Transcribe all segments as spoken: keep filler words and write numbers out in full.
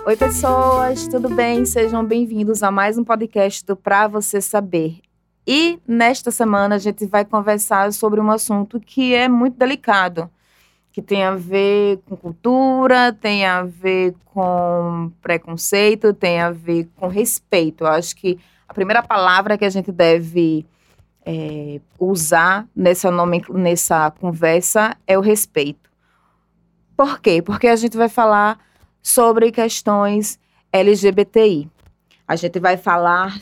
Oi, pessoas, tudo bem? Sejam bem-vindos a mais um podcast do Pra Você Saber. E nesta semana a gente vai conversar sobre um assunto que é muito delicado, que tem a ver com cultura, tem a ver com preconceito, tem a ver com respeito. Eu acho que a primeira palavra que a gente deve é, usar nessa, nome, nessa conversa é o respeito. Por quê? Porque a gente vai falar sobre questões L G B T I. A gente vai falar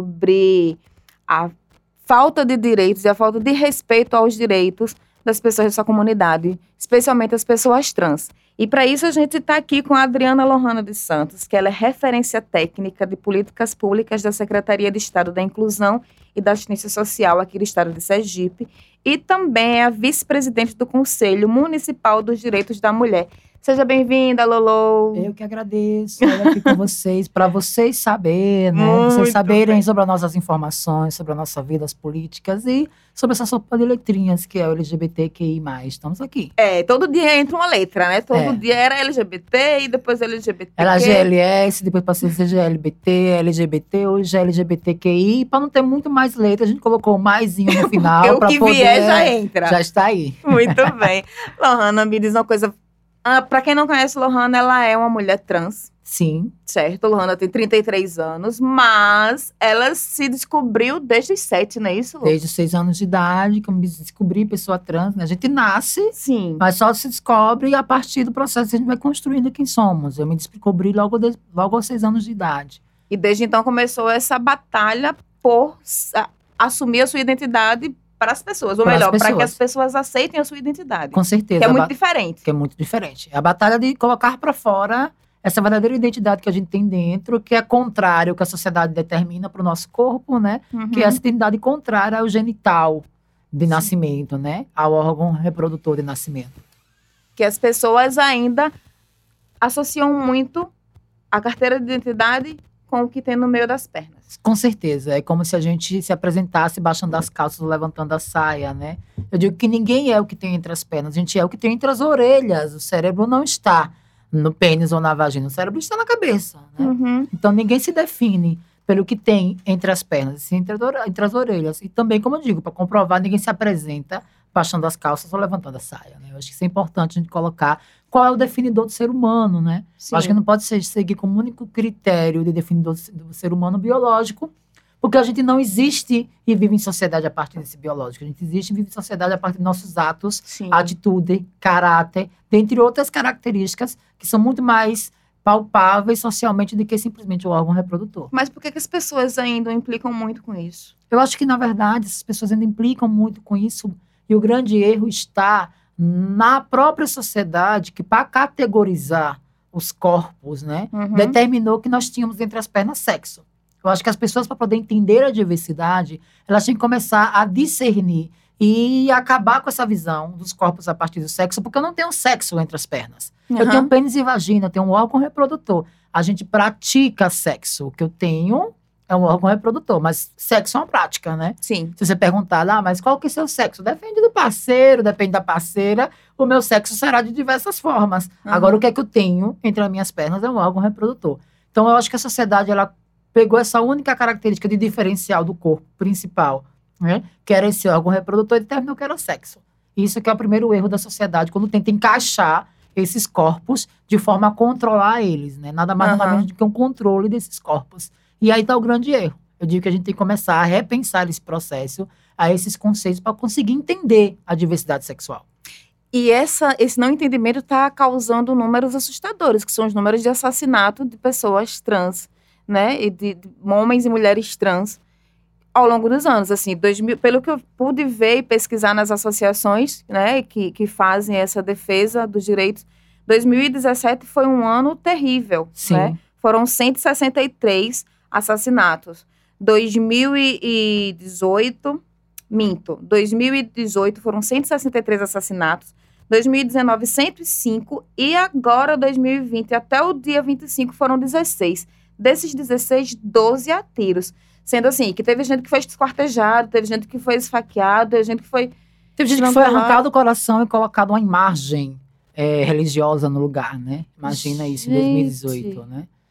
sobre a falta de direitos e a falta de respeito aos direitos das pessoas dessa comunidade, especialmente as pessoas trans. E para isso a gente está aqui com a Adriana Lohana dos Santos, que ela é referência técnica de políticas públicas da Secretaria de Estado da Inclusão e da Assistência Social aqui do Estado de Sergipe, e também é a vice-presidente do Conselho Municipal dos Direitos da Mulher. Seja bem-vinda, Lolo. Eu que agradeço estar aqui com vocês, para vocês saberem, né? Muito Vocês saberem bem. sobre as nossas informações, sobre a nossa vida, as políticas e sobre essa sopa de letrinhas que é o L G B T Q I mais. Estamos aqui. É, todo dia entra uma letra, né? Todo É. dia era L G B T e depois L G B T Q. Era G L S, depois passou a ser G L B T, L G B T, hoje é L G B T Q I. Para não ter muito mais letra, a gente colocou o maisinho no final. Porque o pra que poder, vier já entra. Já está aí. Muito bem. Lohana, me diz uma coisa. Ah, para quem não conhece Lohana, ela é uma mulher trans, Sim. certo? Lohana tem trinta e três anos, mas ela se descobriu desde os sete, não é isso, Lô? Desde os seis anos de idade, que eu me descobri pessoa trans, né? A gente nasce, Sim. mas só se descobre a partir do processo que a gente vai construindo quem somos. Eu me descobri logo, de, logo aos seis anos de idade. E desde então começou essa batalha por a, assumir a sua identidade para as pessoas. Ou Para as melhor, para que pessoas. as pessoas aceitem a sua identidade. Com certeza. Que é a muito ba- diferente. que é muito diferente. É a batalha de colocar para fora essa verdadeira identidade que a gente tem dentro, que é contrário ao que a sociedade determina para o nosso corpo, né? Uhum. Que é essa identidade contrária ao genital de nascimento, né? Ao órgão reprodutor de nascimento. Que as pessoas ainda associam muito a carteira de identidade com o que tem no meio das pernas. Com certeza. É como se a gente se apresentasse baixando as calças ou levantando a saia, né? Eu digo que ninguém é o que tem entre as pernas. A gente é o que tem entre as orelhas. O cérebro não está no pênis ou na vagina. O cérebro está na cabeça, né? Uhum. Então, ninguém se define pelo que tem entre as pernas, sim entre, as ore- entre as orelhas. E também, como eu digo, para comprovar, ninguém se apresenta baixando as calças ou levantando a saia, né? Eu acho que isso é importante a gente colocar qual é o definidor do ser humano, né? Sim. Eu acho que não pode ser, seguir como único critério de definidor do ser humano biológico, porque a gente não existe e vive em sociedade a partir desse biológico. A gente existe e vive em sociedade a partir de nossos atos, Sim. atitude, caráter, dentre outras características que são muito mais palpáveis socialmente do que simplesmente o órgão reprodutor. Mas por que, que as pessoas ainda implicam muito com isso? Eu acho que, na verdade, essas pessoas ainda implicam muito com isso, e o grande erro está na própria sociedade, que para categorizar os corpos, né, Uhum. determinou que nós tínhamos entre as pernas sexo. Eu acho que as pessoas, para poder entender a diversidade, elas têm que começar a discernir e acabar com essa visão dos corpos a partir do sexo, porque eu não tenho sexo entre as pernas. Eu Uhum. tenho pênis e vagina, eu tenho um órgão reprodutor. A gente pratica sexo. O que eu tenho é um órgão reprodutor, mas sexo é uma prática, né? Sim. Se você perguntar, ah, mas qual que é o seu sexo? Depende do parceiro, depende da parceira. O meu sexo será de diversas formas. Uhum. Agora, o que é que eu tenho entre as minhas pernas é um órgão reprodutor. Então, eu acho que a sociedade, ela pegou essa única característica de diferencial do corpo principal, né? Que era esse órgão reprodutor, e determinou que era o sexo. Isso que é o primeiro erro da sociedade, quando tenta encaixar esses corpos de forma a controlar eles, né? Nada mais, nada Aham. menos do que um controle desses corpos. E aí está o grande erro. Eu digo que a gente tem que começar a repensar esse processo, a esses conceitos, para conseguir entender a diversidade sexual. E essa, esse não entendimento está causando números assustadores, que são os números de assassinato de pessoas trans, né? E de, de homens e mulheres trans ao longo dos anos. Assim, dois mil, pelo que eu pude ver e pesquisar nas associações, né, que, que fazem essa defesa dos direitos, dois mil e dezessete foi um ano terrível. Sim. Né? Foram cento e sessenta e três assassinatos. dois mil e dezoito, minto, dois mil e dezoito foram cento e sessenta e três assassinatos, dois mil e dezenove, cento e cinco, e agora dois mil e vinte, até o dia vinte e cinco, foram dezesseis. Desses dezesseis, doze a tiros. Sendo assim, que teve gente que foi esquartejada, teve gente que foi esfaqueada, teve gente que foi... Teve gente que foi arrancado o coração e colocado uma imagem é, religiosa no lugar, né? Imagina isso, em dois mil e dezoito, né?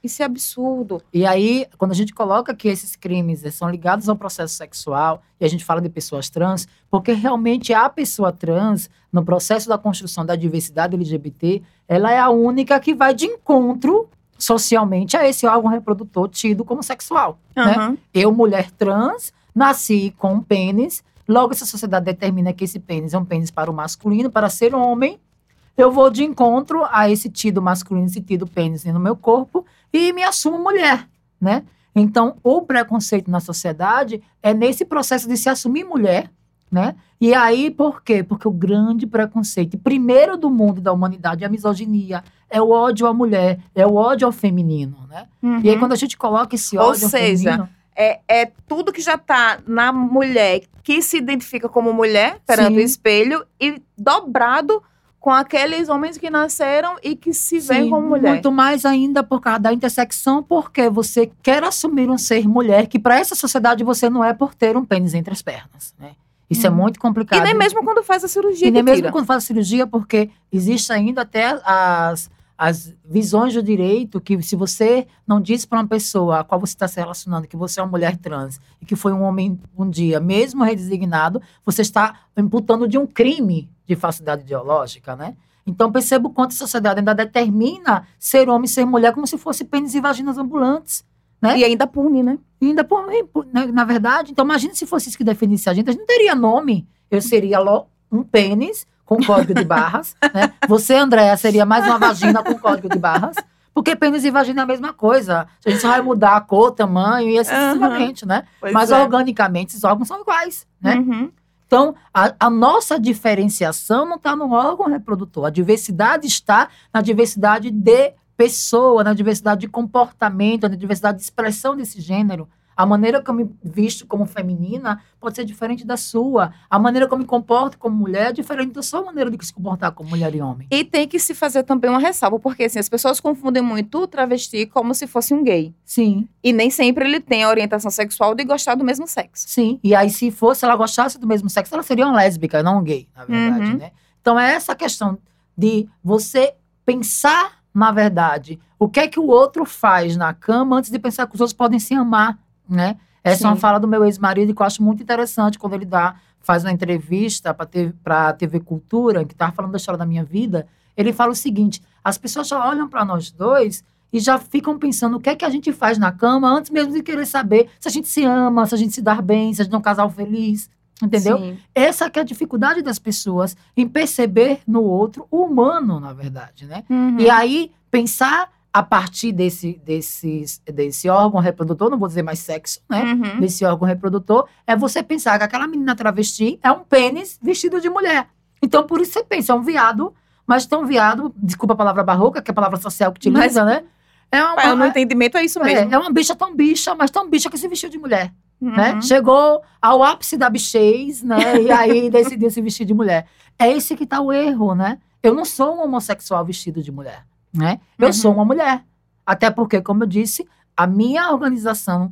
Isso é absurdo. E aí, quando a gente coloca que esses crimes são ligados ao processo sexual, e a gente fala de pessoas trans, porque realmente a pessoa trans, no processo da construção da diversidade L G B T, ela é a única que vai de encontro socialmente a esse órgão reprodutor tido como sexual. Uhum. Né? Eu, mulher trans, nasci com um pênis, logo essa sociedade determina que esse pênis é um pênis para o masculino, para ser homem, eu vou de encontro a esse tido masculino, esse tido pênis no meu corpo e me assumo mulher, né? Então, o preconceito na sociedade é nesse processo de se assumir mulher, né? E aí, por quê? Porque o grande preconceito, primeiro do mundo da humanidade, é a misoginia, é o ódio à mulher, é o ódio ao feminino, né? Uhum. E aí, quando a gente coloca esse ódio Ou ao seja, feminino... É, é tudo que já tá na mulher, que se identifica como mulher, perante Sim. o espelho, e dobrado com aqueles homens que nasceram e que se veem Sim, como mulher. muito mais ainda por causa da intersecção, porque você quer assumir um ser mulher, que para essa sociedade você não é por ter um pênis entre as pernas, né? Isso Hum. é muito complicado. E nem mesmo quando faz a cirurgia E nem que mesmo tira. quando faz a cirurgia, porque existe ainda até as, as visões do direito que se você não disse para uma pessoa a qual você está se relacionando que você é uma mulher trans e que foi um homem um dia, mesmo redesignado, você está imputando de um crime de falsidade ideológica, né? Então, perceba o quanto a sociedade ainda determina ser homem e ser mulher como se fosse pênis e vaginas ambulantes, né? E ainda pune, né? E ainda, por, por- na, na verdade, então imagine se fosse isso que definisse a gente, a gente não teria nome. Eu seria lo- um pênis com código de barras, né? Você, Andréa, seria mais uma vagina com código de barras, porque pênis e vagina é a mesma coisa. A gente só vai mudar a cor, tamanho e assim Aham. sucessivamente, né? Pois Mas é. organicamente esses órgãos são iguais, né? Uhum. Então, a, a nossa diferenciação não está no órgão reprodutor. A diversidade está na diversidade de pessoa, na diversidade de comportamento, na diversidade de expressão desse gênero. A maneira que eu me visto como feminina pode ser diferente da sua. A maneira que eu me comporto como mulher é diferente da sua maneira de se comportar como mulher e homem. E tem que se fazer também uma ressalva, porque assim, as pessoas confundem muito o travesti como se fosse um gay. Sim, E nem sempre ele tem a orientação sexual de gostar do mesmo sexo. sim. E aí, se fosse, ela gostasse do mesmo sexo, ela seria uma lésbica, não um gay, na verdade, Uhum. né? Então, é essa questão de você pensar, na verdade, o que é que o outro faz na cama antes de pensar que os outros podem se amar, né? Essa Sim. é uma fala do meu ex-marido que eu acho muito interessante quando ele dá, faz uma entrevista para a T V Cultura, que estava falando da história da minha vida. Ele fala o seguinte: as pessoas já olham para nós dois e já ficam pensando o que é que a gente faz na cama antes mesmo de querer saber se a gente se ama, se a gente se dá bem, se a gente é um casal feliz. Entendeu? Sim. Essa que é a dificuldade das pessoas em perceber no outro o humano, na verdade, né? Uhum. E aí, pensar a partir desse, desse, desse órgão reprodutor, não vou dizer mais sexo, né? Uhum. Desse órgão reprodutor, é você pensar que aquela menina travesti é um pênis vestido de mulher. Então, por isso você pensa, é um viado, mas tão viado, desculpa a palavra barroca, que é a palavra social que utiliza, né? É uma, É, no entendimento é isso mesmo. é, é uma bicha tão bicha, mas tão bicha que se vestiu de mulher. Uhum. Né? Chegou ao ápice da bichez, né? E aí decidiu se vestir de mulher. É esse que tá o erro, né? Eu não sou um homossexual vestido de mulher, né? Eu Uhum. sou uma mulher. Até porque, como eu disse, a minha organização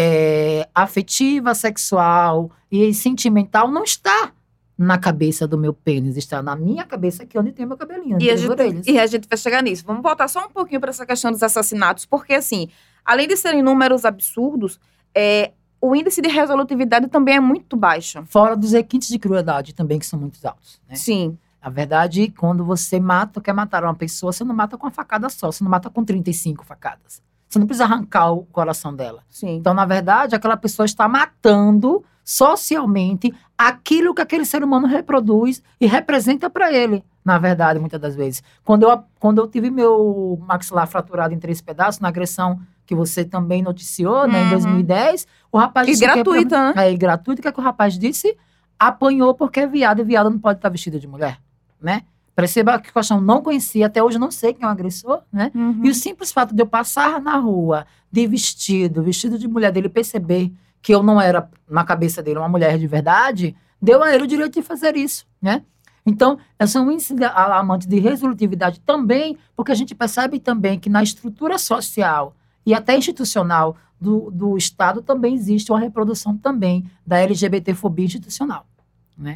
é, afetiva, sexual e sentimental não está na cabeça do meu pênis, está na minha cabeça aqui onde tem meu cabelinho, E a, entre as orelhas. gente, e a gente vai chegar nisso. Vamos voltar só um pouquinho para essa questão dos assassinatos, porque, assim, além de serem números absurdos, é, o índice de resolutividade também é muito baixo. Fora dos requintes de crueldade também, que são muito altos, né? Sim. Na verdade, quando você mata, quer matar uma pessoa, você não mata com uma facada só, você não mata com trinta e cinco facadas. Você não precisa arrancar o coração dela. Sim. Então, na verdade, aquela pessoa está matando socialmente aquilo que aquele ser humano reproduz e representa para ele, na verdade, muitas das vezes. Quando eu, quando eu tive meu maxilar fraturado em três pedaços, na agressão que você também noticiou, né, em Uhum. dois mil e dez, o rapaz E disse o quê pra gratuita, mim? né? É, e gratuito, o que, é que o rapaz disse? Apanhou porque é viado, e viado não pode estar vestido de mulher, né? Perceba que o Cochão não conhecia, até hoje eu não sei quem é o agressor, né? Uhum. E o simples fato de eu passar na rua de vestido, vestido de mulher, dele perceber que eu não era, na cabeça dele, uma mulher de verdade, deu a ele o direito de fazer isso, né? Então, eu sou um índice alarmante de resolutividade também, porque a gente percebe também que na estrutura social e até institucional do, do Estado também existe uma reprodução também da LGBTfobia institucional, né?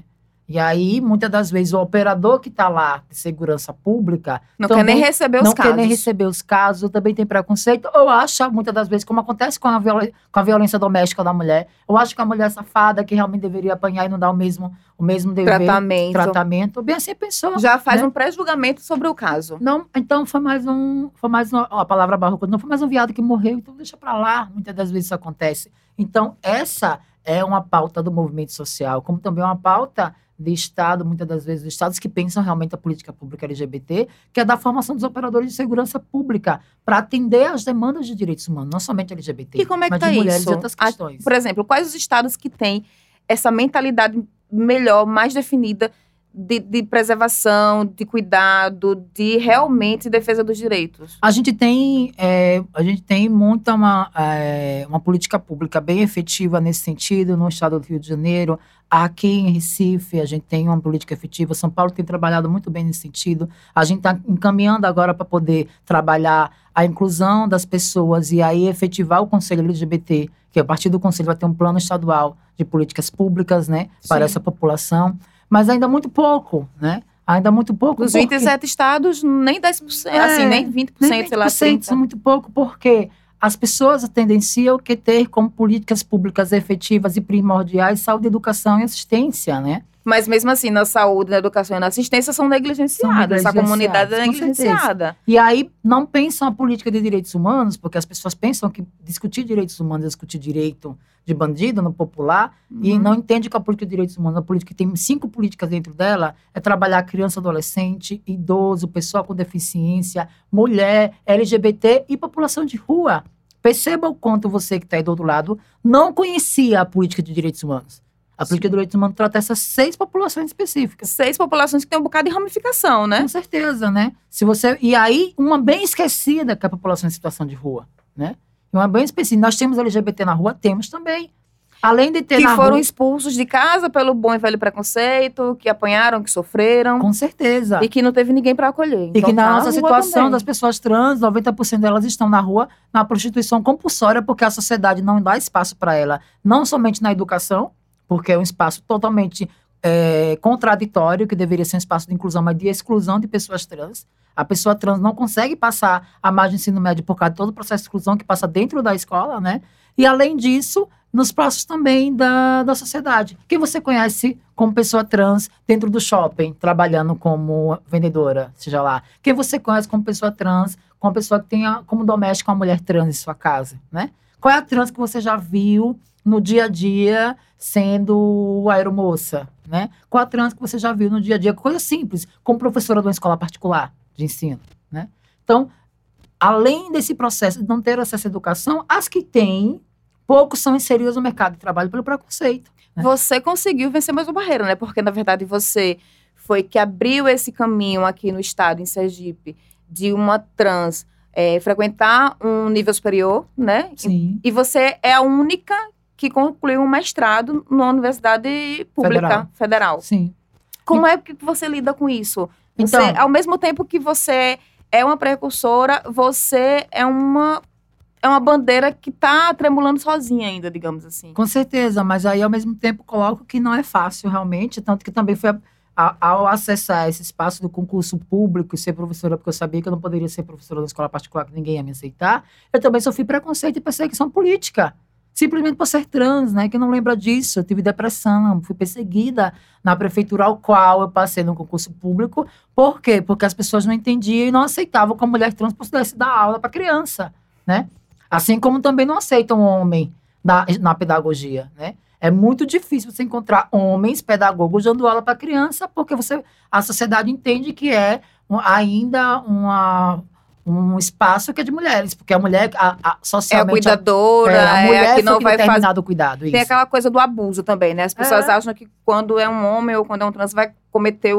E aí, muitas das vezes, o operador que está lá de segurança pública Não quer nem receber os não casos. quer nem receber os casos, também tem preconceito. Ou acha, muitas das vezes, como acontece com a, viola, com a violência doméstica da mulher, eu acho que a mulher safada, que realmente deveria apanhar e não dar o mesmo, o mesmo dever, Tratamento. tratamento, bem assim pensou. Já faz né? um pré-julgamento sobre o caso. Não, então foi mais um, foi mais uma, ó, a palavra barroca, não foi mais um viado que morreu, então deixa pra lá, muitas das vezes isso acontece. Então, essa é uma pauta do movimento social, como também uma pauta de Estado, muitas das vezes, dos Estados que pensam realmente a política pública L G B T, que é da formação dos operadores de segurança pública, para atender às demandas de direitos humanos, não somente L G B T, E como é que mas tá de mulheres isso? e outras A- questões. Por exemplo, quais os estados que têm essa mentalidade melhor, mais definida de, de preservação, de cuidado, de realmente defesa dos direitos? A gente tem, é, a gente tem muita uma, é, uma política pública bem efetiva nesse sentido, no estado do Rio de Janeiro. Aqui em Recife, a gente tem uma política efetiva. São Paulo tem trabalhado muito bem nesse sentido. A gente está encaminhando agora para poder trabalhar a inclusão das pessoas e aí efetivar o Conselho L G B T, que a partir do Conselho vai ter um plano estadual de políticas públicas, né, para Sim. essa população. Mas ainda muito pouco, né? Ainda muito pouco. Dos porque- vinte e sete estados, nem dez por cento, É, assim, nem vinte por cento, nem sei lá, vinte por cento, trinta por isso é cento. muito pouco, porque as pessoas tendenciam que ter como políticas públicas efetivas e primordiais saúde, educação e assistência, né? Mas mesmo assim, na saúde, na educação e na assistência são negligenciadas. São Essa comunidade é negligenciadas, com negligenciada. E aí não pensam a política de direitos humanos, porque as pessoas pensam que discutir direitos humanos é discutir direito de bandido no popular, e Uhum. não entende que a política de direitos humanos, a política que tem cinco políticas dentro dela, é trabalhar criança, adolescente, idoso, pessoa com deficiência, mulher, L G B T e população de rua. Perceba o quanto você que está aí do outro lado não conhecia a política de direitos humanos. A política de direitos humanos trata essas seis populações específicas. Seis populações que têm um bocado de ramificação, né? Com certeza, né? Se você, e aí, uma bem esquecida, que é a população em situação de rua, né? E uma bem específica. Nós temos L G B T na rua? Temos também. Além de ter Que na foram rua, expulsos de casa pelo bom e velho preconceito, que apanharam, que sofreram. com certeza. E que não teve ninguém para acolher. E Então, que na tá nossa rua situação também. das pessoas trans, noventa por cento delas estão na rua na prostituição compulsória, porque a sociedade não dá espaço para ela, não somente na educação, porque é um espaço totalmente é, contraditório, que deveria ser um espaço de inclusão, mas de exclusão de pessoas trans. A pessoa trans não consegue passar a margem do ensino médio por causa de todo o processo de exclusão que passa dentro da escola, né? E, além disso, nos passos também da, da sociedade. Quem você conhece como pessoa trans dentro do shopping, trabalhando como vendedora, seja lá? Quem você conhece como pessoa trans, como pessoa que tenha como doméstica uma mulher trans em sua casa, né? Qual é a trans que você já viu no dia a dia sendo aeromoça, né? Qual a trans que você já viu no dia a dia? Coisa simples, como professora de uma escola particular de ensino, né? Então, além desse processo de não ter acesso à educação, as que têm, poucos são inseridas no mercado de trabalho pelo preconceito. Né? Você conseguiu vencer mais uma barreira, né? Porque, na verdade, você foi que abriu esse caminho aqui no estado, em Sergipe, de uma trans é, frequentar um nível superior, né? Sim. E você é a única que concluiu um mestrado numa universidade pública Federal. federal. Sim. Como é que você lida com isso? Você, Então- ao mesmo tempo que você é uma precursora, você é uma, é uma bandeira que está tremulando sozinha ainda, digamos assim. Com certeza, mas aí ao mesmo tempo coloco que não é fácil realmente, tanto que também foi a, a, ao acessar esse espaço do concurso público e ser professora, porque eu sabia que eu não poderia ser professora da escola particular, que ninguém ia me aceitar, eu também sofri preconceito e perseguição política. Simplesmente por ser trans, né? Quem não lembra disso? Eu tive depressão, fui perseguida na prefeitura ao qual eu passei no concurso público. Por quê? Porque as pessoas não entendiam e não aceitavam que a mulher trans pudesse dar aula para criança, né? Assim como também não aceitam homem na, na pedagogia, né? É muito difícil você encontrar homens pedagogos dando aula para criança, porque você, a sociedade entende que é um, ainda uma... um espaço que é de mulheres, porque a mulher, a, a, É a socialmente... cuidadora, é, a mulher é a que não foi vai fazer. determinado o cuidado, Tem isso. aquela coisa do abuso também, né? As pessoas É. acham que quando é um homem ou quando é um trans vai cometer um,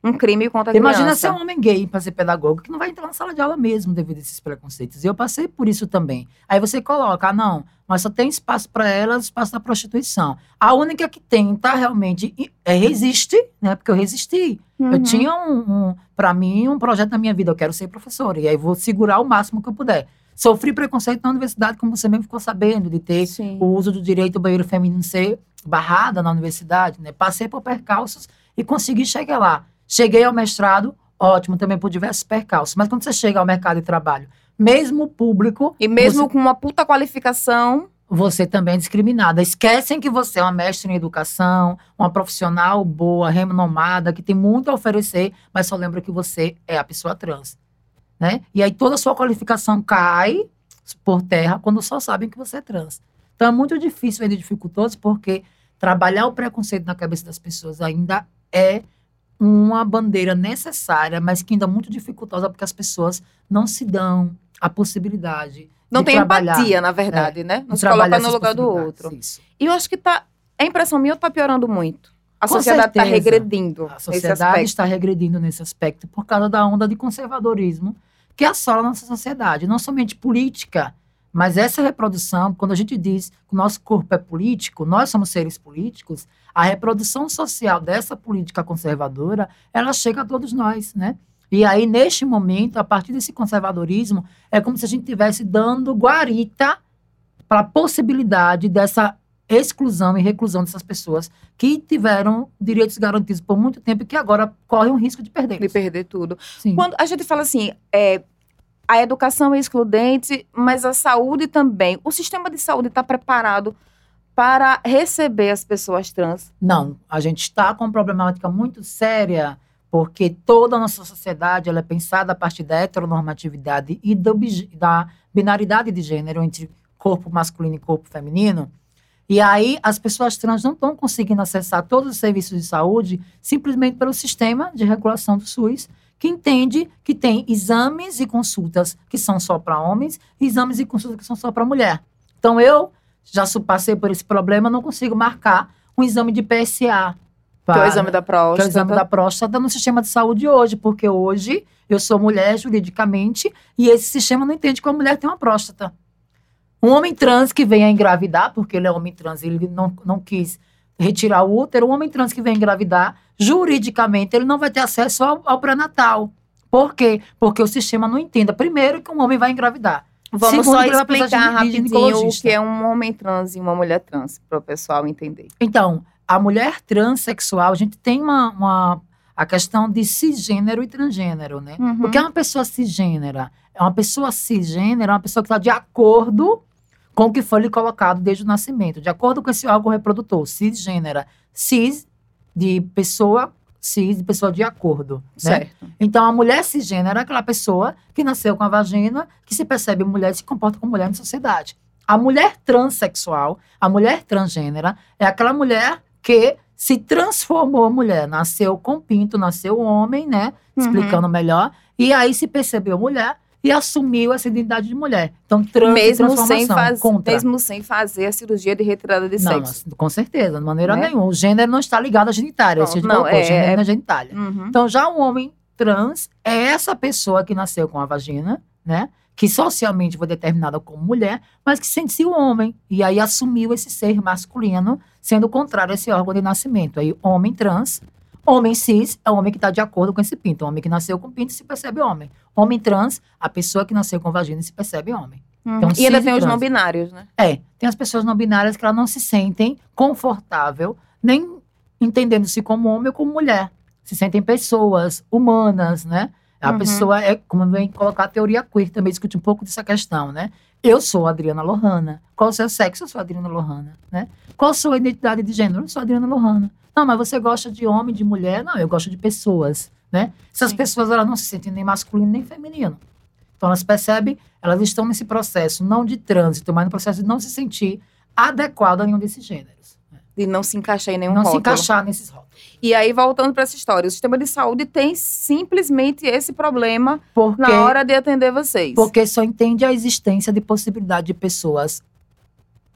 um crime contra a Imagina criança. ser um homem gay para ser pedagogo, que não vai entrar na sala de aula mesmo devido a esses preconceitos. E eu passei por isso também. Aí você coloca, ah, não, mas só tem espaço para elas, espaço da prostituição. A única que tenta realmente é resiste, né? Porque eu resisti. Uhum. Eu tinha, um, um para mim, um projeto na minha vida. Eu quero ser professora. E aí vou segurar o máximo que eu puder. Sofri preconceito na universidade, como você mesmo ficou sabendo, de ter Sim. o uso do direito do banheiro feminino ser barrada na universidade, né? Passei por percalços e consegui chegar lá. Cheguei ao mestrado, ótimo, também por diversos percalços. Mas quando você chega ao mercado de trabalho, mesmo público... E mesmo você, com uma puta qualificação... Você também é discriminada. Esquecem que você é uma mestre em educação, uma profissional boa, renomada, que tem muito a oferecer, mas só lembra que você é a pessoa trans, né? E aí toda a sua qualificação cai por terra quando só sabem que você é trans. Então é muito difícil, ainda dificultoso, porque trabalhar o preconceito na cabeça das pessoas ainda é uma bandeira necessária, mas que ainda é muito dificultosa, porque as pessoas não se dão a possibilidade Não de tem trabalhar, empatia, na verdade, é, né? Não de se coloca trabalhar no essas lugar do possibilidades, outro. isso. E eu acho que tá... A impressão minha tá piorando muito. A Com sociedade está certeza. regredindo A nesse sociedade aspecto. está regredindo nesse aspecto por causa da onda de conservadorismo que assola a nossa sociedade. Não somente política, mas essa reprodução, quando a gente diz que o nosso corpo é político, nós somos seres políticos, a reprodução social dessa política conservadora, ela chega a todos nós, né? E aí, neste momento, a partir desse conservadorismo, é como se a gente estivesse dando guarita para a possibilidade dessa exclusão e reclusão dessas pessoas que tiveram direitos garantidos por muito tempo e que agora correm o risco de perder. De perder tudo. Sim. Quando a gente fala assim, é, a educação é excludente, mas a saúde também. O sistema de saúde está preparado para receber as pessoas trans? Não, a gente está com uma problemática muito séria, porque toda a nossa sociedade ela é pensada a partir da heteronormatividade e do, da binaridade de gênero entre corpo masculino e corpo feminino. E aí as pessoas trans não estão conseguindo acessar todos os serviços de saúde simplesmente pelo sistema de regulação do SUS, que entende que tem exames e consultas que são só para homens e exames e consultas que são só para mulher. Então eu já passei por esse problema, não consigo marcar um exame de P S A. Para, que é o exame da próstata. Que é o exame da próstata no sistema de saúde hoje, porque hoje eu sou mulher juridicamente e esse sistema não entende que a mulher tem uma próstata. Um homem trans que venha engravidar, porque ele é homem trans, ele não, não quis retirar o útero, um homem trans que venha engravidar, juridicamente, ele não vai ter acesso ao, ao pré-natal. Por quê? Porque o sistema não entenda, primeiro, que um homem vai engravidar. Vamos Segundo, só que ele vai precisar de- explicar de rapidinho o ginecologista. que é um homem trans e uma mulher trans, para o pessoal entender. Então, a mulher transexual, a gente tem uma, uma a questão de cisgênero e transgênero, né? Uhum. O que é uma pessoa cisgênera? É uma pessoa cisgênera, é uma pessoa que está de acordo com o que foi lhe colocado desde o nascimento, de acordo com esse órgão reprodutor, cisgênera, cis de pessoa, cis de pessoa de acordo, né? Certo. Então, a mulher cisgênera é aquela pessoa que nasceu com a vagina, que se percebe mulher e se comporta como mulher na sociedade. A mulher transexual, a mulher transgênera, é aquela mulher que se transformou mulher, nasceu com pinto, nasceu homem, né? Uhum. Explicando melhor. E aí se percebeu mulher e assumiu essa identidade de mulher. Então, trans e Mesmo sem, transformação. faz, contra. mesmo sem fazer a cirurgia de retirada de Não, sexo. mas, com certeza, de maneira Né? nenhuma. O gênero não está ligado à genitália. Pronto, Isso não, não, é- gênero é- não é genitália. Uhum. Então, já o homem trans é essa pessoa que nasceu com a vagina, né? Que socialmente foi determinada como mulher, mas que sente-se um homem. E aí assumiu esse ser masculino, sendo contrário a esse órgão de nascimento. Aí, homem trans, homem cis é o homem que está de acordo com esse pinto. O homem que nasceu com pinto se percebe homem. Homem trans, a pessoa que nasceu com vagina se percebe homem. Uhum. Então, e ainda cis e tem os trans. não binários, né? É, tem as pessoas não binárias que elas não se sentem confortável, nem entendendo-se como homem ou como mulher. Se sentem pessoas humanas, né? A Uhum. pessoa é, como vem colocar a teoria queer, também discute um pouco dessa questão, né? Eu sou a Adriana Lohana. Qual o seu sexo? Eu sou a Adriana Lohana, né? Qual a sua identidade de gênero? Eu sou a Adriana Lohana. Não, mas você gosta de homem, de mulher? Não, eu gosto de pessoas, né? Essas Sim. pessoas, elas não se sentem nem masculino nem feminino. Então, elas percebem, elas estão nesse processo, não de trânsito, mas no processo de não se sentir adequado a nenhum desses gêneros. Né? De não se encaixar em nenhum não se rótulo. encaixar nesses rótulos. E aí, voltando para essa história, o sistema de saúde tem simplesmente esse problema Porque, na hora de atender vocês. porque só entende a existência de possibilidade de pessoas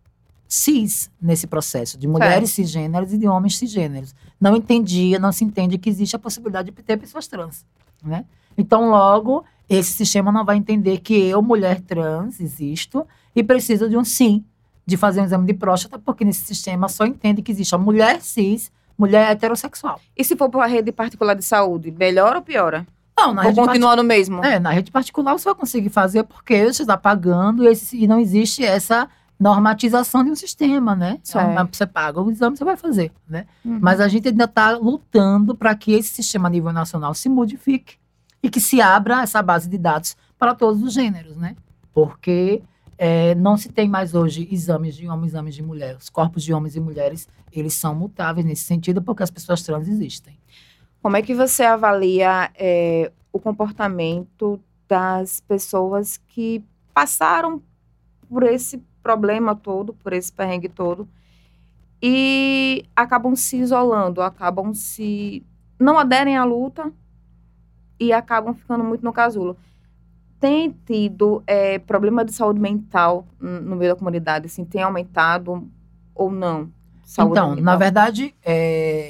cis nesse processo, de mulheres Certo. cisgêneras e de homens cisgêneros. Não entendia, não se entende que existe a possibilidade de ter pessoas trans, né? Então, logo, esse sistema não vai entender que eu, mulher trans, existo e preciso de um sim, de fazer um exame de próstata, porque nesse sistema só entende que existe a mulher cis, mulher heterossexual. E se for para a rede particular de saúde, melhora ou piora? Não, na Ou rede continua no mesmo? É, na rede particular você vai conseguir fazer porque você está pagando e, esse, e não existe essa normatização de um sistema, né? Certo. Então, você paga o exame, você vai fazer, né? Uhum. Mas a gente ainda está lutando para que esse sistema a nível nacional se modifique e que se abra essa base de dados para todos os gêneros, né? Porque é, não se tem mais hoje exames de homem, exames de mulher. Os corpos de homens e mulheres, eles são mutáveis nesse sentido porque as pessoas trans existem. Como é que você avalia é, o comportamento das pessoas que passaram por esse problema todo, por esse perrengue todo, e acabam se isolando, acabam se... não aderem à luta e acabam ficando muito no casulo? Tem tido é, problema de saúde mental no meio da comunidade, assim, tem aumentado ou não? Saúde Então, mental? na verdade, é...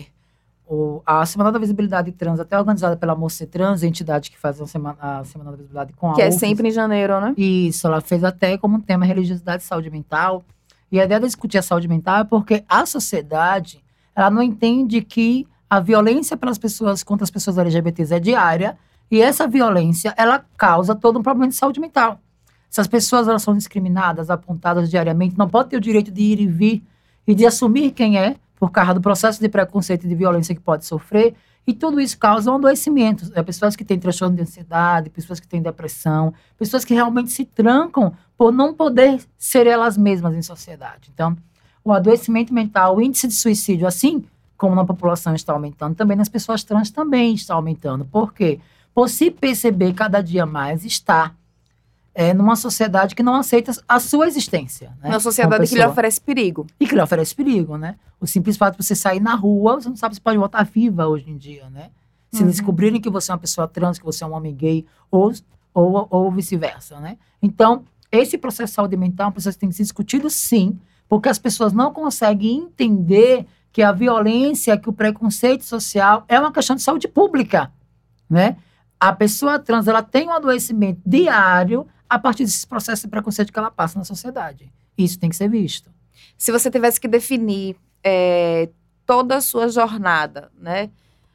O, a Semana da Visibilidade Trans, até organizada pela Moce Trans, a entidade que faz a Semana, a Semana da Visibilidade com a Que é U F S. sempre em janeiro, né? Isso, ela fez até como tema religiosidade e saúde mental. E a ideia de discutir a saúde mental é porque a sociedade, ela não entende que a violência pelas pessoas, contra as pessoas L G B Ts é diária. E essa violência, ela causa todo um problema de saúde mental. Se as pessoas elas são discriminadas, apontadas diariamente, não podem ter o direito de ir e vir e de assumir quem é, por causa do processo de preconceito e de violência que pode sofrer, e tudo isso causa um adoecimento. É, pessoas que têm transtorno de ansiedade, pessoas que têm depressão, pessoas que realmente se trancam por não poder ser elas mesmas em sociedade. Então, o adoecimento mental, o índice de suicídio, assim como na população está aumentando, também nas pessoas trans também está aumentando. Por quê? Por se perceber cada dia mais estar É, numa sociedade que não aceita a sua existência. Né? Uma sociedade que lhe oferece perigo. E que lhe oferece perigo, né? O simples fato de você sair na rua, você não sabe se pode voltar viva hoje em dia, né? Se Uhum. descobrirem que você é uma pessoa trans, que você é um homem gay, ou, ou, ou vice-versa, né? Então, esse processo de saúde mental é um processo que tem que ser discutido, sim, porque as pessoas não conseguem entender que a violência, que o preconceito social é uma questão de saúde pública, né? A pessoa trans, ela tem um adoecimento diário a partir desses processos de preconceito que ela passa na sociedade. Isso tem que ser visto. Se você tivesse que definir é, toda a sua jornada, né,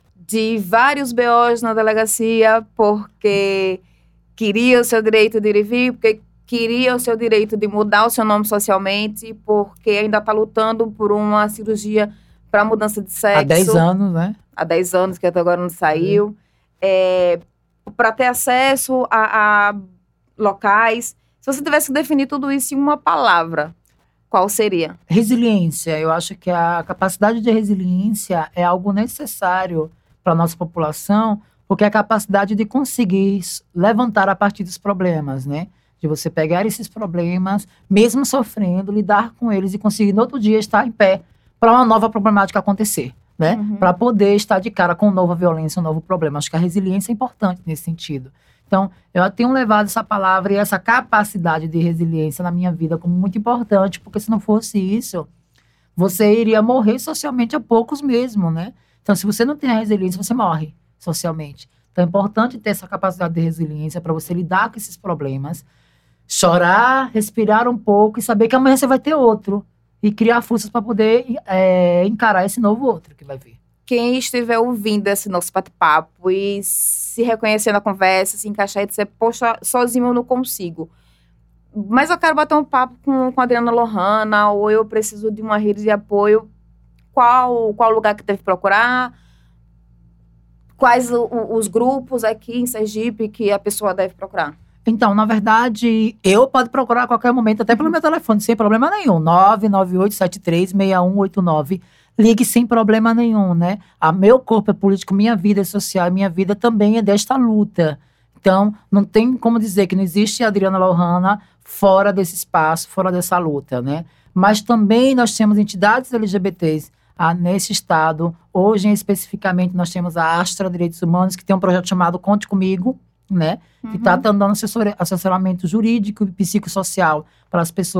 de vários B Os na delegacia, porque queria o seu direito de ir e vir, porque queria o seu direito de mudar o seu nome socialmente, porque ainda está lutando por uma cirurgia para mudança de sexo. Há dez anos, né? Há dez anos, que até agora não saiu. Uhum. É, para ter acesso a, a locais. Se você tivesse que definir tudo isso em uma palavra, qual seria? Resiliência. Eu acho que a capacidade de resiliência é algo necessário para a nossa população, porque é a capacidade de conseguir levantar a partir dos problemas, né? De você pegar esses problemas, mesmo sofrendo, lidar com eles e conseguir no outro dia estar em pé para uma nova problemática acontecer, né? Uhum. Para poder estar de cara com nova violência, um novo problema. Acho que a resiliência é importante nesse sentido. Então, eu tenho levado essa palavra e essa capacidade de resiliência na minha vida como muito importante, porque se não fosse isso, você iria morrer socialmente a poucos mesmo, né? Então, se você não tem a resiliência, você morre socialmente. Então, é importante ter essa capacidade de resiliência para você lidar com esses problemas, chorar, respirar um pouco e saber que amanhã você vai ter outro. E criar forças para poder é, encarar esse novo outro que vai vir. Quem estiver ouvindo esse nosso bate-papo e se reconhecer na conversa, se encaixar e dizer, poxa, sozinho eu não consigo. Mas eu quero bater um papo com, com a Adriana Lohana, ou eu preciso de uma rede de apoio. Qual, qual lugar que deve procurar? Quais o, os grupos aqui em Sergipe que a pessoa deve procurar? Então, na verdade, eu posso procurar a qualquer momento, até pelo meu telefone, sem problema nenhum. nove nove oito sete três seis um oito nove. Ligue sem problema nenhum, né? A meu corpo é político, minha vida é social, minha vida também é desta luta. Então, não tem como dizer que não existe a Adriana Lohana fora desse espaço, fora dessa luta, né? Mas também nós temos entidades L G B Ts ah, nesse estado. Hoje, especificamente, nós temos a Astra Direitos Humanos, que tem um projeto chamado Conte Comigo, né? Uhum. Que está dando assessor, assessoramento jurídico e psicossocial para as pessoas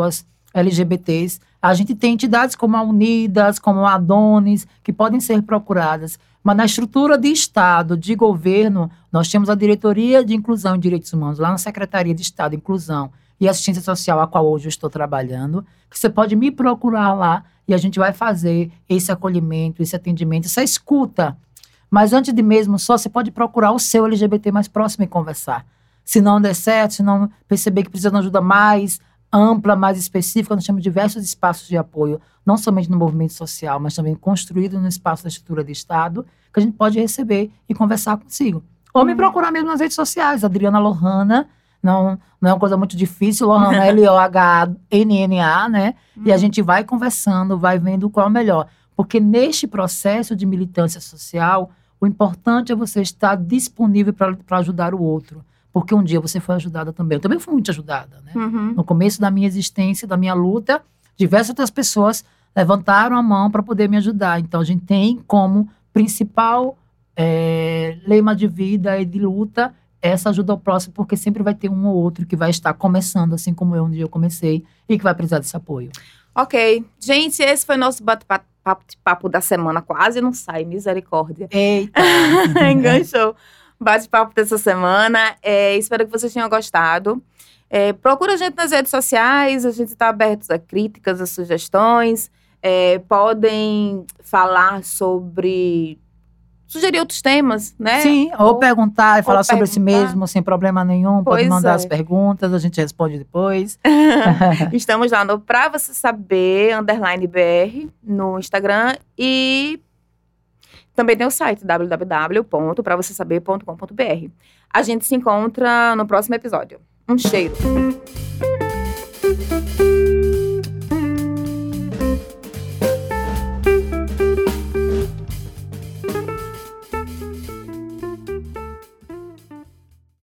L G B Ts. A gente tem entidades como a Unidas, como a Adonis, que podem ser procuradas. Mas na estrutura de Estado, de governo, nós temos a Diretoria de Inclusão e Direitos Humanos, lá na Secretaria de Estado de Inclusão e Assistência Social, a qual hoje eu estou trabalhando, que você pode me procurar lá e a gente vai fazer esse acolhimento, esse atendimento, essa escuta. Mas antes de mesmo só, você pode procurar o seu L G B T mais próximo e conversar. Se não der certo, se não perceber que precisa de uma ajuda mais ampla, mais específica, nós temos diversos espaços de apoio, não somente no movimento social, mas também construído no espaço da estrutura de Estado, que a gente pode receber e conversar consigo. Ou me procurar mesmo nas redes sociais, Adriana Lohana, não, não é uma coisa muito difícil, Lohana, L O H N N A, né? Uhum. E a gente vai conversando, vai vendo qual é o melhor. Porque neste processo de militância social, o importante é você estar disponível para ajudar o outro. Porque um dia você foi ajudada também. Eu também fui muito ajudada, né? Uhum. No começo da minha existência, da minha luta, diversas outras pessoas levantaram a mão para poder me ajudar. Então, a gente tem como principal é, lema de vida e de luta essa ajuda ao próximo, porque sempre vai ter um ou outro que vai estar começando, assim como eu, um dia eu comecei, e que vai precisar desse apoio. Ok. Gente, esse foi nosso bate-papo da semana. Quase não sai, misericórdia. Eita! Enganchou. Bate-papo dessa semana. É, espero que vocês tenham gostado. É, procura a gente nas redes sociais, a gente está aberto a críticas, a sugestões. É, podem falar sobre... Sugerir outros temas, né? Sim, ou, ou perguntar e falar sobre si mesmo, sem problema nenhum. Pode mandar é. as perguntas, a gente responde depois. Estamos lá no Pra Você Saber, underline B R, no Instagram. E também tem o site, w w w ponto pra você saber ponto com ponto b r. A gente se encontra no próximo episódio. Um cheiro!